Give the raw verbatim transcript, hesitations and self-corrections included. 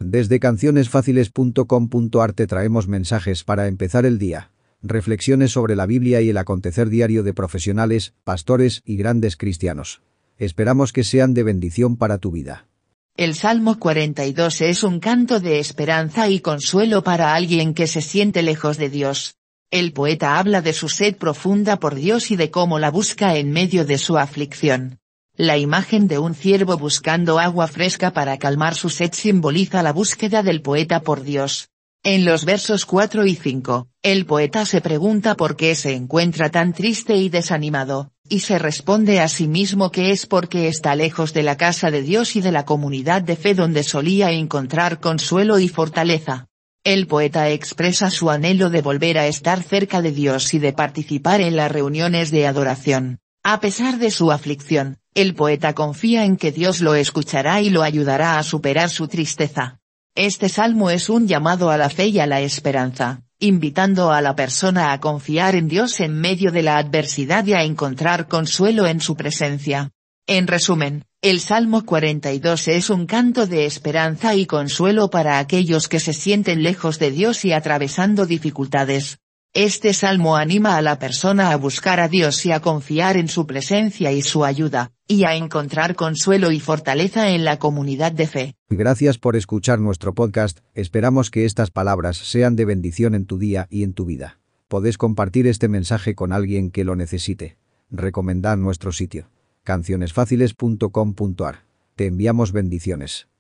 Desde canciones fáciles punto com punto a r te traemos mensajes para empezar el día, reflexiones sobre la Biblia y el acontecer diario de profesionales, pastores y grandes cristianos. Esperamos que sean de bendición para tu vida. El Salmo cuarenta y dos es un canto de esperanza y consuelo para alguien que se siente lejos de Dios. El poeta habla de su sed profunda por Dios y de cómo la busca en medio de su aflicción. La imagen de un ciervo buscando agua fresca para calmar su sed simboliza la búsqueda del poeta por Dios. En los versos cuatro y cinco, el poeta se pregunta por qué se encuentra tan triste y desanimado, y se responde a sí mismo que es porque está lejos de la casa de Dios y de la comunidad de fe donde solía encontrar consuelo y fortaleza. El poeta expresa su anhelo de volver a estar cerca de Dios y de participar en las reuniones de adoración. A pesar de su aflicción, el poeta confía en que Dios lo escuchará y lo ayudará a superar su tristeza. Este salmo es un llamado a la fe y a la esperanza, invitando a la persona a confiar en Dios en medio de la adversidad y a encontrar consuelo en su presencia. En resumen, el Salmo cuarenta y dos es un canto de esperanza y consuelo para aquellos que se sienten lejos de Dios y atravesando dificultades. Este salmo anima a la persona a buscar a Dios y a confiar en su presencia y su ayuda, y a encontrar consuelo y fortaleza en la comunidad de fe. Gracias por escuchar nuestro podcast, esperamos que estas palabras sean de bendición en tu día y en tu vida. Podés compartir este mensaje con alguien que lo necesite. Recomendad nuestro sitio, canciones fáciles punto com punto a r. Te enviamos bendiciones.